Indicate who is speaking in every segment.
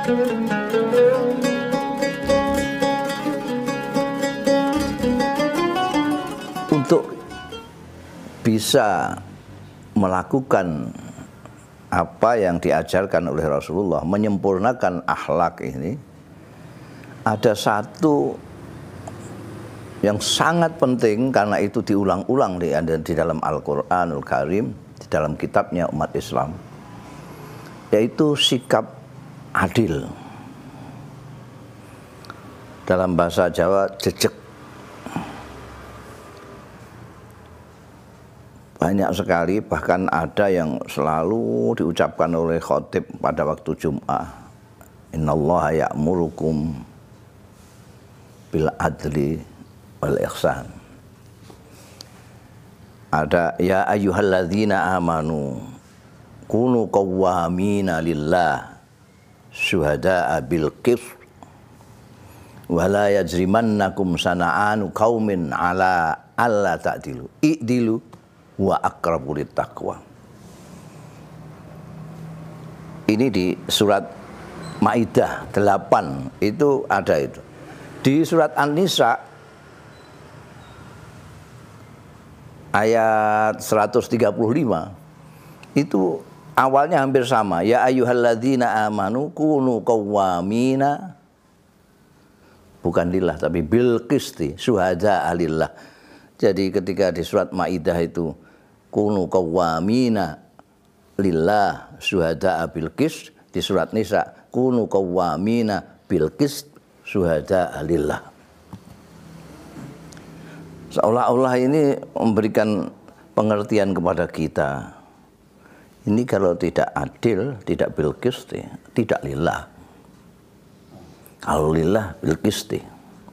Speaker 1: Untuk bisa melakukan apa yang diajarkan oleh Rasulullah, menyempurnakan akhlak ini, ada satu yang sangat penting karena itu diulang-ulang di dalam Al-Quranul Karim, di dalam kitabnya umat Islam, yaitu sikap adil. Dalam bahasa Jawa, jejeg. Banyak sekali, bahkan ada yang selalu diucapkan oleh khotib pada waktu Jum'ah. Innallaha ya'murukum bil adli wal ihsan. Ada ya ayyuhalladzina amanu kunu qawwamina lillah syuhada'a bil qist wa la yajrimannakum sana'anu qaumin ala alla ta'dilu i'dilu wa aqrabu littaqwa. Ini di surat Maidah 8 itu ada itu. Di surat An-Nisa ayat 135 itu awalnya hampir sama. Ya ayyuhalladzina amanu kunu qawwamina, bukan lillah tapi bil qisti syuhada'a lillah. Jadi ketika di surat Maidah itu kunu qawwamina lillah syuhada'a bil qist, di surat Nisa kunu qawwamina bil qist syuhada'a lillah. Seolah-olah ini memberikan pengertian kepada kita. Ini kalau tidak adil, tidak bil qisti, tidak lillah. Kalau lillah bil qisti.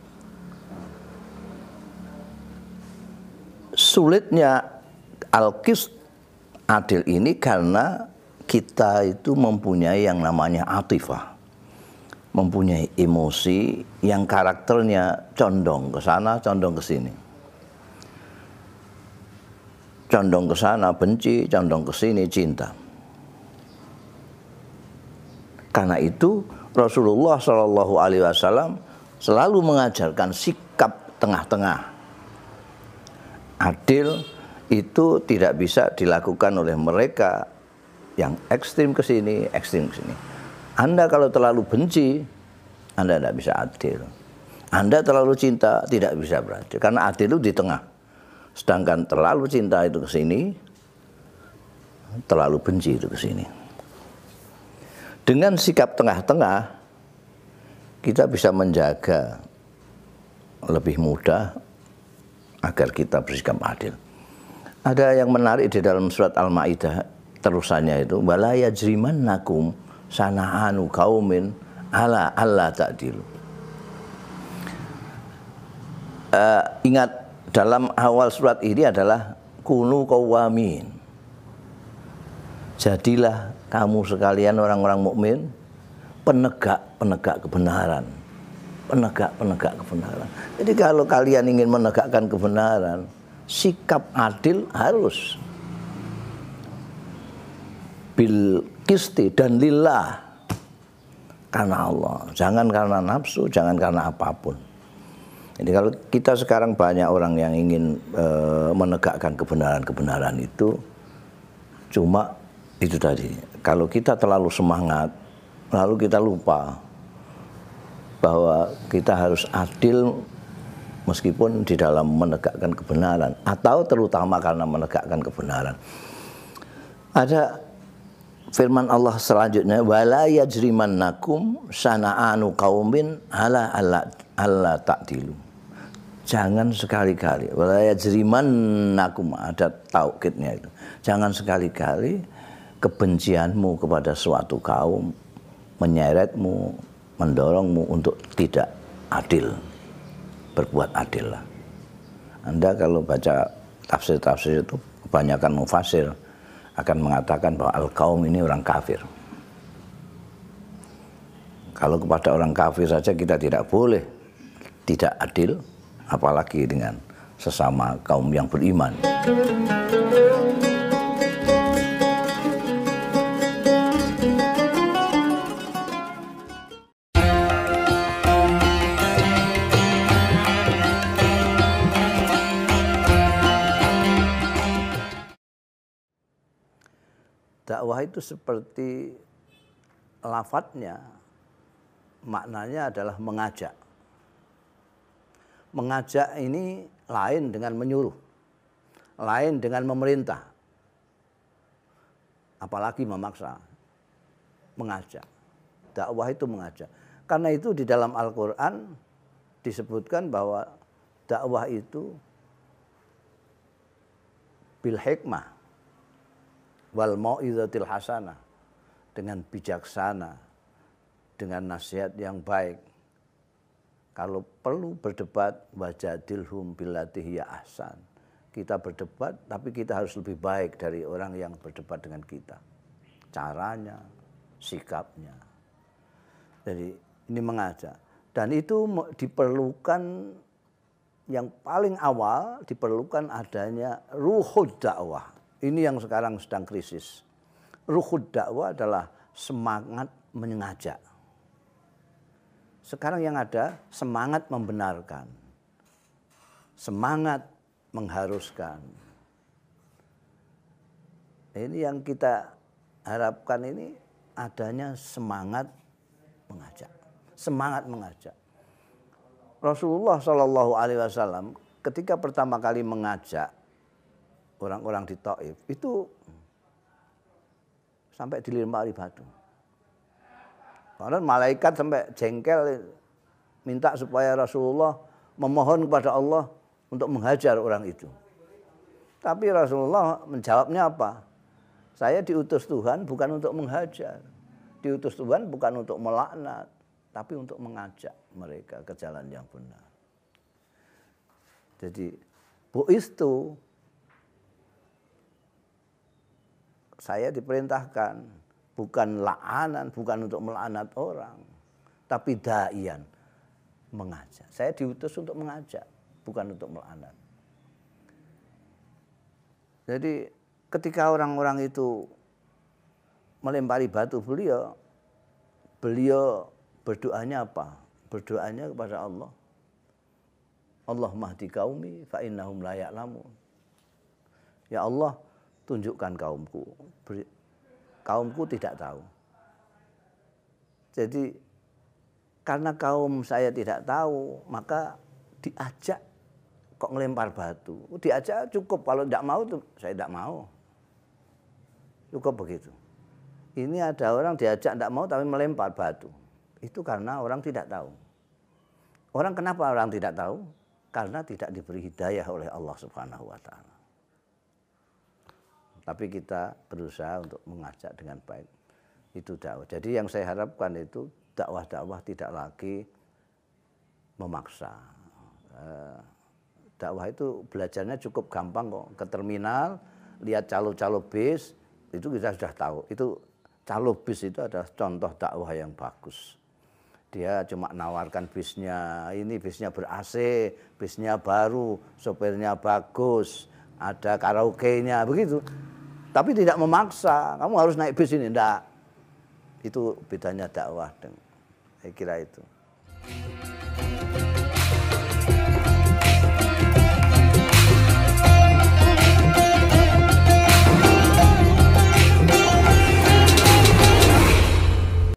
Speaker 1: Sulitnya al-qist adil ini karena kita itu mempunyai yang namanya atifah, mempunyai emosi yang karakternya condong ke sana, condong ke sini, condong ke sana benci, condong ke sini cinta. Karena itu Rasulullah SAW selalu mengajarkan sikap tengah-tengah. Adil itu tidak bisa dilakukan oleh mereka yang ekstrim ke sini, ekstrim ke sini. Anda kalau terlalu benci, Anda tidak bisa adil. Anda terlalu cinta, tidak bisa beradil. Karena adil itu di tengah. Sedangkan terlalu cinta itu ke sini, terlalu benci itu ke sini. Dengan sikap tengah-tengah, kita bisa menjaga lebih mudah agar kita bersikap adil. Ada yang menarik di dalam surat Al-Maidah terusannya itu, wala yajrimannakum sana'anu qaumin ala alla ta'dilu. Ingat, dalam awal surat ini adalah kunu qawwamin. Jadilah kamu sekalian orang-orang mukmin penegak kebenaran. Penegak kebenaran. Jadi kalau kalian ingin menegakkan kebenaran, sikap adil harus bil qisti dan lillah, karena Allah. Jangan karena nafsu, jangan karena apapun. Jadi kalau kita sekarang banyak orang yang ingin menegakkan kebenaran itu, cuma itu tadi. Kalau kita terlalu semangat, lalu kita lupa bahwa kita harus adil meskipun di dalam menegakkan kebenaran, atau terutama karena menegakkan kebenaran. Ada firman Allah selanjutnya, wala yajrimannakum sana'anu qaumin ala alla ta'dilu. Jangan sekali-kali, wala yajrimannakum, ada taukidnya itu. Jangan sekali-kali kebencianmu kepada suatu kaum menyeretmu, mendorongmu untuk tidak adil, berbuat adil lah. Anda kalau baca tafsir-tafsir itu, kebanyakan mufasir akan mengatakan bahwa al-qaum ini orang kafir. Kalau kepada orang kafir saja kita tidak boleh tidak adil, apalagi dengan sesama kaum yang beriman. dakwah itu seperti lafadznya, maknanya adalah mengajak. Mengajak ini lain dengan menyuruh, lain dengan memerintah, apalagi memaksa. Mengajak, dakwah itu mengajak. Karena itu di dalam Al-Quran disebutkan bahwa dakwah itu bil hikmah wal mau'izatil hasanah, dengan bijaksana, dengan nasihat yang baik. Kalau perlu berdebat, wajadilhum billati hiya ahsan. Kita berdebat, tapi kita harus lebih baik dari orang yang berdebat dengan kita. Caranya, sikapnya. Jadi ini mengajak. Dan itu diperlukan, yang paling awal diperlukan adanya ruhud dakwah. Ini yang sekarang sedang krisis. Ruhud dakwah adalah semangat mengajak. Sekarang yang ada semangat membenarkan, semangat mengharuskan. Ini yang kita harapkan, ini adanya semangat mengajak, semangat mengajak. Rasulullah SAW ketika pertama kali mengajak orang-orang di Taif itu sampai dilempari batu. Karena malaikat sampai jengkel minta supaya Rasulullah memohon kepada Allah untuk menghajar orang itu. Tapi Rasulullah menjawabnya apa? Saya diutus Tuhan bukan untuk menghajar. Diutus Tuhan bukan untuk melaknat, tapi untuk mengajak mereka ke jalan yang benar. Jadi, bu'istu, saya diperintahkan bukan la'anan, bukan untuk melaknat orang, tapi da'ian, mengajak. Saya diutus untuk mengajak, bukan untuk melaknat. Jadi, ketika orang-orang itu melempari batu beliau berdoanya apa? Berdoanya kepada Allah. Allahumma hdi qaumi fa innahum la ya'lamun. Ya Allah, tunjukkan kaumku. Kaumku tidak tahu. Jadi karena kaum saya tidak tahu, maka diajak kok ngelempar batu. Diajak cukup, kalau tidak mau tuh saya tidak mau. Cukup begitu. Ini ada orang diajak tidak mau tapi melempar batu. Itu karena orang tidak tahu. Orang kenapa orang tidak tahu? Karena tidak diberi hidayah oleh Allah Subhanahu wa taala. Tapi kita berusaha untuk mengajak dengan baik. Itu dakwah. Jadi yang saya harapkan itu dakwah-dakwah tidak lagi memaksa. Dakwah itu belajarnya cukup gampang kok. Ke terminal, lihat calo-calo bis, itu kita sudah tahu. Itu calo bis itu adalah contoh dakwah yang bagus. Dia cuma nawarkan bisnya, ini bisnya ber-AC, bisnya baru, sopirnya bagus, ada karaoke-nya, begitu. Tapi tidak memaksa, kamu harus naik bis ini, enggak. Itu bedanya dakwah, saya kira itu.